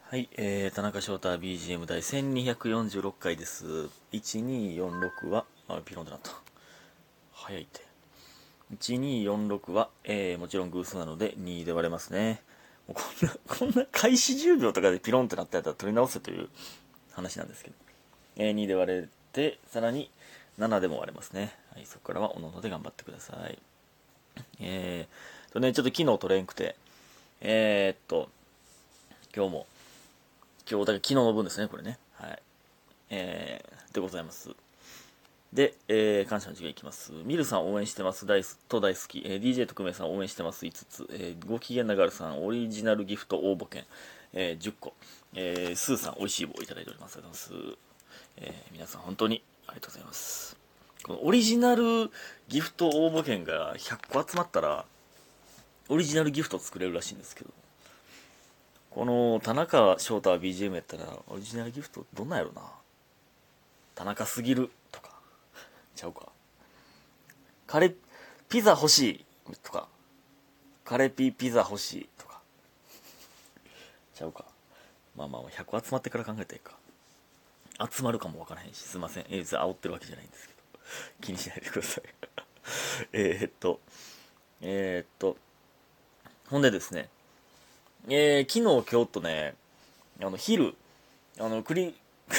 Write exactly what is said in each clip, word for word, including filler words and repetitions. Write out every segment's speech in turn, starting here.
はい、えー、田中翔太 ビージーエム 第せんにひゃくよんじゅうろっかいです。いちにーよんろくは、あ、ピロンってなった。早いって。いちにーよんろくは、えー、もちろん偶数なのでにで割れますね。もうこんな、こんな開始じゅうびょうとかでピロンってなったやったら取り直せという話なんですけど。えー、にで割れて、さらにななでも割れますね。はい、そこからはおのおので頑張ってください。えー、とね、ちょっと昨日取れんくて、えー、っと、今日も、今日、だから昨日の分ですね、これね。はい。えー、でございます。で、えー、感謝の授業いきます。ミルさん応援してます。大すと大好き。えー、ディージェー 特命さん応援してます。いつつ。えー、ご機嫌なガールさん、オリジナルギフト応募券、えー、じゅっこ。えー、スーさん、美味しい棒をいただいております。ありがとうございます。えー、皆さん本当にありがとうございます。このオリジナルギフト応募券がひゃっこ集まったら、オリジナルギフト作れるらしいんですけど、この田中翔太 ビージーエム やったら、オリジナルギフトどんなんやろな。田中すぎるとか、ちゃうか。カレ、ピザ欲しいとか、カレピピザ欲しいとか、ちゃうか。まあまあ、ひゃっこ集まってから考えたらいいか。集まるかもわからへんし、すいません。えー、煽ってるわけじゃないんですけど。気にしないでください。えーっと、えーっと、ほんでですね、えー、昨日今日とね、あの、昼、あの、クリ、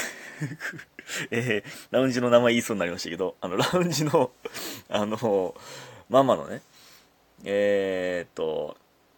えー、ラウンジの名前言いそうになりましたけど、あの、ラウンジの、あの、ママのね、えーっと、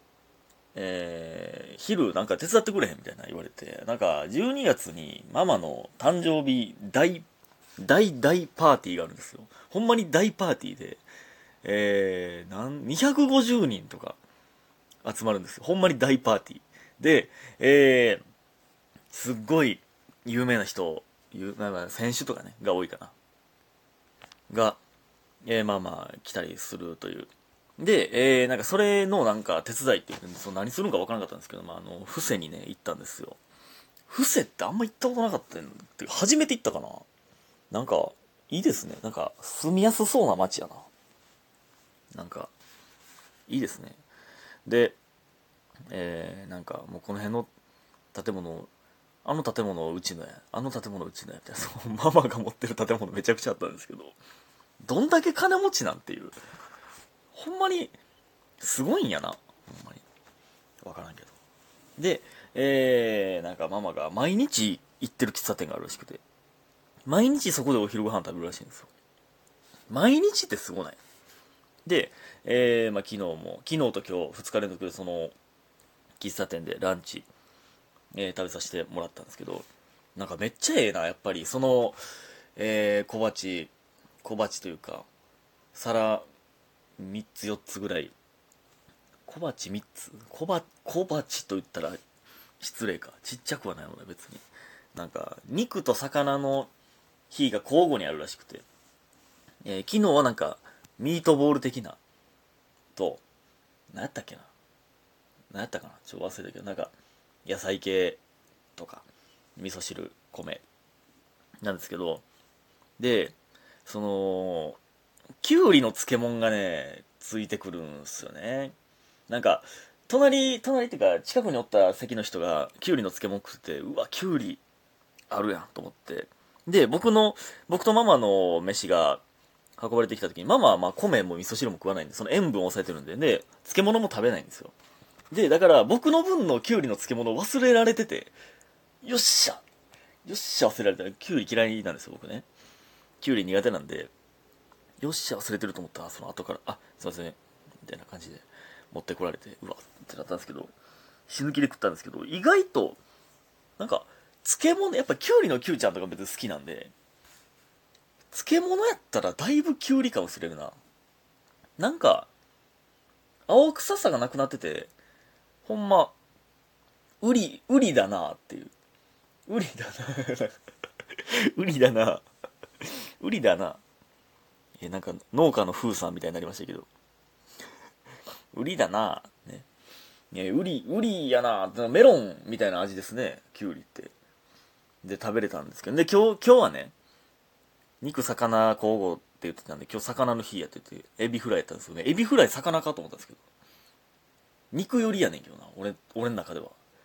えー、昼なんか手伝ってくれへんみたいな言われて、なんかじゅうにがつにママの誕生日大、大大パーティーがあるんですよ。ほんまに大パーティーで、えー、なん、にひゃくごじゅうにんとか集まるんですよ。ほんまに大パーティー。で、えー、すっごい有名な人、有まあまあ選手とかね、が多いかな。が、えー、まあまあ来たりするという。で、えー、なんかそれのなんか手伝いって言って、その何するのかわからなかったんですけど、まあ、あの、布施にね、行ったんですよ。布施ってあんま行ったことなかったんで、初めて行ったかな。なんか、いいですね。なんか、住みやすそうな街やな。なんか、いいですね。で、えー、なんかもうこの辺の建物、あの建物うちのや、あの建物うちのや、みたいな、そう、ママが持ってる建物めちゃくちゃあったんですけど、どんだけ金持ちなんていう、ほんまに、すごいんやな。ほんまに。わからんけど。で、えー、なんかママが毎日行ってる喫茶店があるらしくて、毎日そこでお昼ご飯食べるらしいんですよ。毎日ってすごない？で、えー、まあ昨日も、昨日と今日ふつか連続でその喫茶店でランチ、えー食べさせてもらったんですけど、なんかめっちゃええな、やっぱりその、えー、小鉢、小鉢というか、皿みっつよっつぐらい、小鉢みっつ小鉢、小鉢と言ったら失礼か。ちっちゃくはないので別に。なんか、肉と魚の日が交互にあるらしくて。えー昨日はなんか、ミートボール的な、と、何やったっけな。何やったかな。ちょっと忘れたけど、なんか、野菜系とか、味噌汁、米、なんですけど、で、その、きゅうりの漬物がね、ついてくるんすよね。なんか、隣、隣っていうか、近くにおった席の人が、きゅうりの漬物食ってて、うわ、きゅうりあるやんと思って。で、僕の、僕とママの飯が運ばれてきた時に、ママはまあ米も味噌汁も食わないんで、その塩分を抑えてるんで、で、漬物も食べないんですよ。で、だから僕の分のきゅうりの漬物を忘れられてて、よっしゃよっしゃ忘れられたら、きゅうり嫌いなんですよ、僕ね。きゅうり苦手なんで、よっしゃ忘れてると思ったら、その後から、あ、すいません、みたいな感じで持ってこられて、うわってなったんですけど、死ぬ気で食ったんですけど、意外と、なんか、漬物、やっぱきゅうりのきゅうちゃんとか別に好きなんで、漬物やったらだいぶきゅうり感薄れるな。なんか、青臭さがなくなってて、ほんま、ウリ、ウリだなっていう。ウリだな。ウリだな。ウリだな。え、なんか農家の風さんみたいになりましたけど。ウリだな。ね。ね、ウリ、ウリやな。メロンみたいな味ですね。キュウリって。で、食べれたんですけど。で、今日、今日はね、肉、魚、交互って言ってたんで、今日魚の日やってて、エビフライやったんですよね。エビフライ魚かと思ったんですけど。肉よりやねんけどな。俺、俺の中では。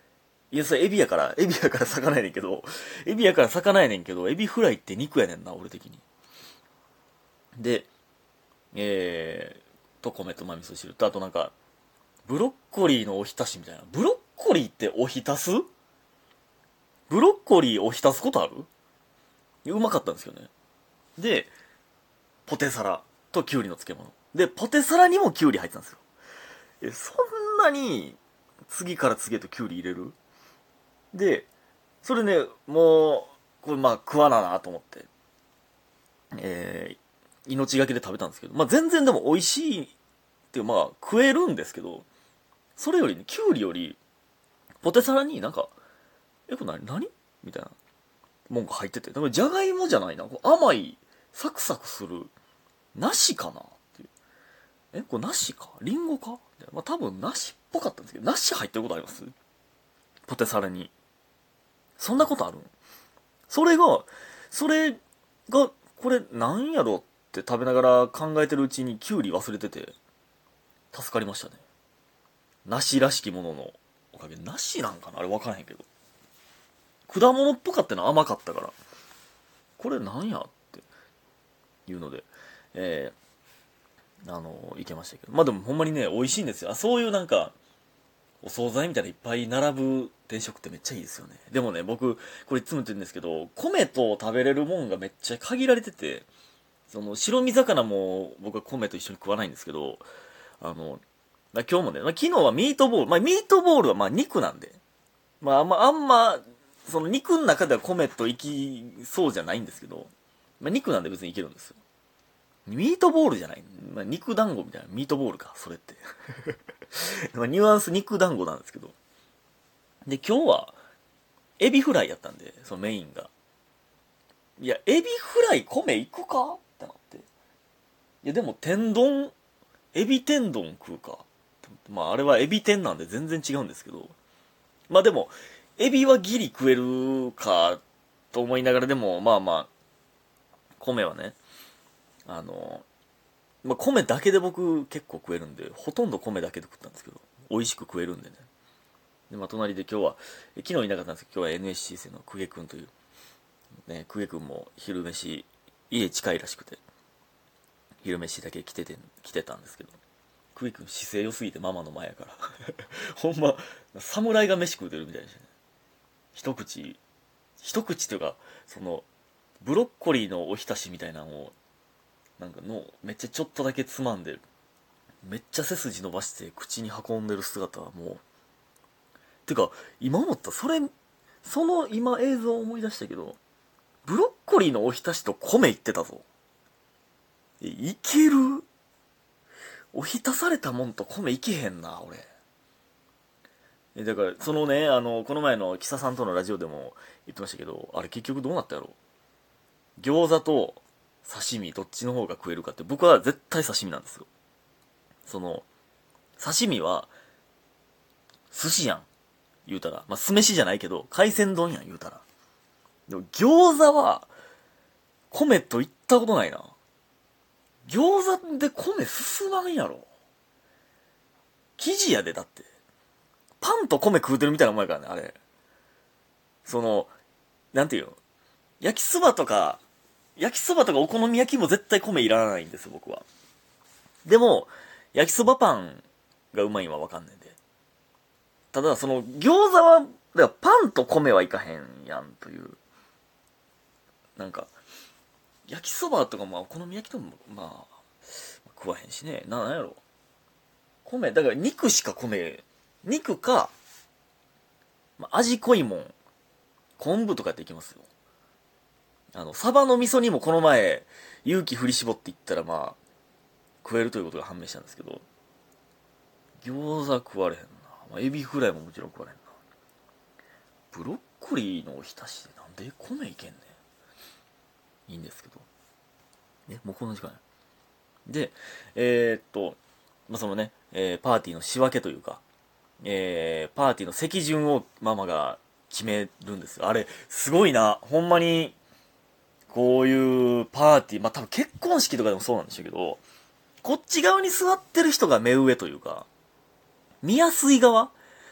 いや、それエビやから、エビやから魚やねんけど、エビやから魚やねんけど、エビフライって肉やねんな、俺的に。で、えー、と、米とま味噌汁と、あとなんか、ブロッコリーのおひたしみたいな。ブロッコリーっておひたすブロッコリーおひたすことある？いや、うまかったんですよね。で、ポテサラとキュウリの漬物。で、ポテサラにもキュウリ入ってたんですよ。え、そんなに、次から次へとキュウリ入れる？で、それね、もう、これまあ食わななと思って、えー、命がけで食べたんですけど、まあ全然でも美味しいっていう、まあ食えるんですけど、それよりね、キュウリより、ポテサラになんか、え、これ何何みたいなもんが入ってて、でもじゃがいもじゃないな、こう甘い、サクサクする、梨かなっていう。え、これ梨かリンゴかまあ多分梨っぽかったんですけど、梨入ってることあります？ポテサラに。そんなことあるん？それが、それが、これなんやろって食べながら考えてるうちにキュウリ忘れてて、助かりましたね。梨らしきもののおかげ。梨なんかなあれ分からへんけど。果物っぽかったの甘かったから。これなんやっていうので、えー、あの、いけましたけど。まあでもほんまにね、美味しいんですよ。そういうなんか、お惣菜みたいないっぱい並ぶ定食ってめっちゃいいですよね。でもね、僕、これいつも言ってるんですけど、米と食べれるもんがめっちゃ限られてて、その、白身魚も僕は米と一緒に食わないんですけど、あの、今日もね、まあ、昨日はミートボール、まあ、ミートボールはまあ肉なんで、まあ、あんま、あんま、その肉の中では米といきそうじゃないんですけど、まあ、肉なんで別にいけるんですよ。ミートボールじゃない、まあ、肉団子みたいな、ミートボールか、それって。まあニュアンス肉団子なんですけど。で、今日は、エビフライやったんで、そのメインが。いや、エビフライ米いくかってなって。いや、でも天丼、エビ天丼食うか。まあ、あれはエビ天なんで全然違うんですけど。まあでも、エビはギリ食えるか、と思いながらでも、まあまあ、米はね、あの、まあ米だけで僕結構食えるんで、ほとんど米だけで食ったんですけど、美味しく食えるんでね。で、まあ隣で今日は、昨日いなかったんですけど、今日は エヌエスシー 生の久下くんという、ね、久下くんも昼飯、家近いらしくて、昼飯だけ来てて、来てたんですけど、久下くん姿勢良すぎてママの前やから。ほんま、侍が飯食うてるみたいでしたね。一口、一口というか、その、ブロッコリーのおひたしみたいなのを、なんかの、めっちゃちょっとだけつまんでる。めっちゃ背筋伸ばして口に運んでる姿はもう、てか、今思った、それ、その今映像を思い出したけど、ブロッコリーのおひたしと米いってたぞ。え、いける？おひたされたもんと米いけへんな、俺。え、だから、そのね、あの、この前のキサさんとのラジオでも言ってましたけど、あれ結局どうなったやろ？餃子と刺身どっちの方が食えるかって、僕は絶対刺身なんですよ。その、刺身は、寿司やん。言うたら。まあ、酢飯じゃないけど、海鮮丼やん、言うたら。でも、餃子は、米と言ったことないな。餃子で米進まんやろ。生地やで、だって。パンと米食うてるみたいなもんやからね、あれ。その、なんていうの？焼きそばとか、焼きそばとかお好み焼きも絶対米いらないんですよ、僕は。でも、焼きそばパンがうまいんはわかんねんで。ただ、その、餃子は、だからパンと米はいかへんやんという。なんか、焼きそばとかまあお好み焼きともまあ食わへんしね。な、なんやろ。米、だから肉しか米、肉か、まあ、味濃いもん、昆布とかっていきますよ。あの、サバの味噌にもこの前、勇気振り絞っていったらまあ、食えるということが判明したんですけど、餃子食われへんな。まあ、エビフライももちろん食われへんな。ブロッコリーのおひたしでなんで米いけんねん。いいんですけど。え、もうこんな時間や。で、えー、っと、まあ、そのね、えー、パーティーの仕分けというか、えー、パーティーの席順をママが決めるんですよ。あれ、すごいな。ほんまに、こういうパーティー、まあ、多分結婚式とかでもそうなんでしょうけど、こっち側に座ってる人が目上というか、見やすい側、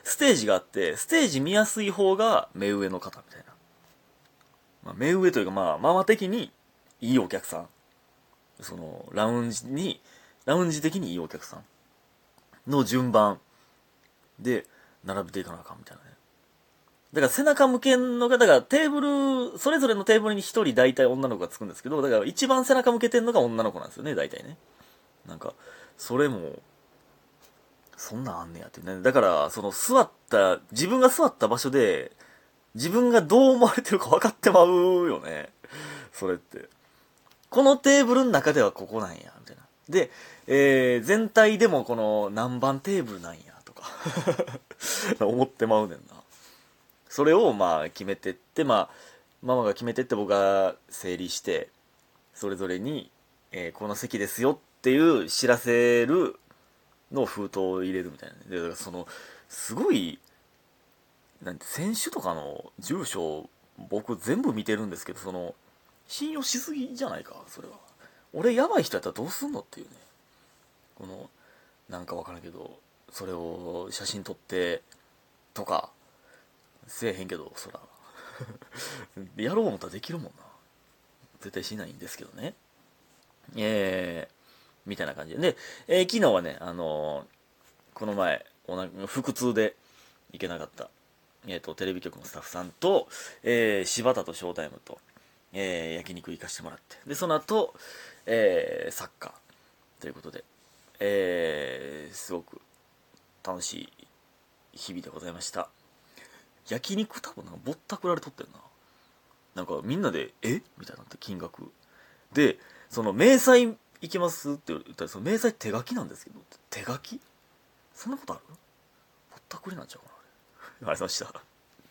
ステージがあって、ステージ見やすい方が目上の方みたいな。まあ、目上というか、まあ、ママ的にいいお客さん。その、ラウンジに、ラウンジ的にいいお客さんの順番で並べていかなあかんみたいなね。だから背中向けのが、だからテーブル、それぞれのテーブルに一人大体女の子がつくんですけど、だから一番背中向けてんのが女の子なんですよね、大体ね。なんか、それも、そんなんあんねやっていうね。だから、その座った、自分が座った場所で、自分がどう思われてるか分かってまうよね。それって。このテーブルの中ではここなんや、みたいな。で、えー、全体でもこの何番テーブルなんや、とか。思ってまうねんな。それをまあ決めてって、まあ、ママが決めてって僕が整理して、それぞれに、えー、この席ですよっていう知らせるのを封筒を入れるみたいなね。で、だからその、すごい、なんて、選手とかの住所、僕全部見てるんですけど、その、信用しすぎじゃないか、それは。俺やばい人やったらどうすんのっていうね。この、なんかわからんけど、それを写真撮って、とか、せえへんけど、そら。やろう思ったらできるもんな。絶対しないんですけどね。えー、みたいな感じで。で、えー、昨日はね、あのー、この前、おな腹痛で行けなかった、えっ、ー、と、テレビ局のスタッフさんと、えー、柴田とショータイムと、えー、焼肉行かしてもらって。で、その後、えー、サッカーということで、えー、すごく楽しい日々でございました。焼肉多分なんかぼったくられとってんな。なんかみんなで、えみたいになって金額。で、その明細行きますって言ったら、その明細手書きなんですけど、手書きそんなことあるぼったくりなんちゃうかなあれ。ありがとうございました。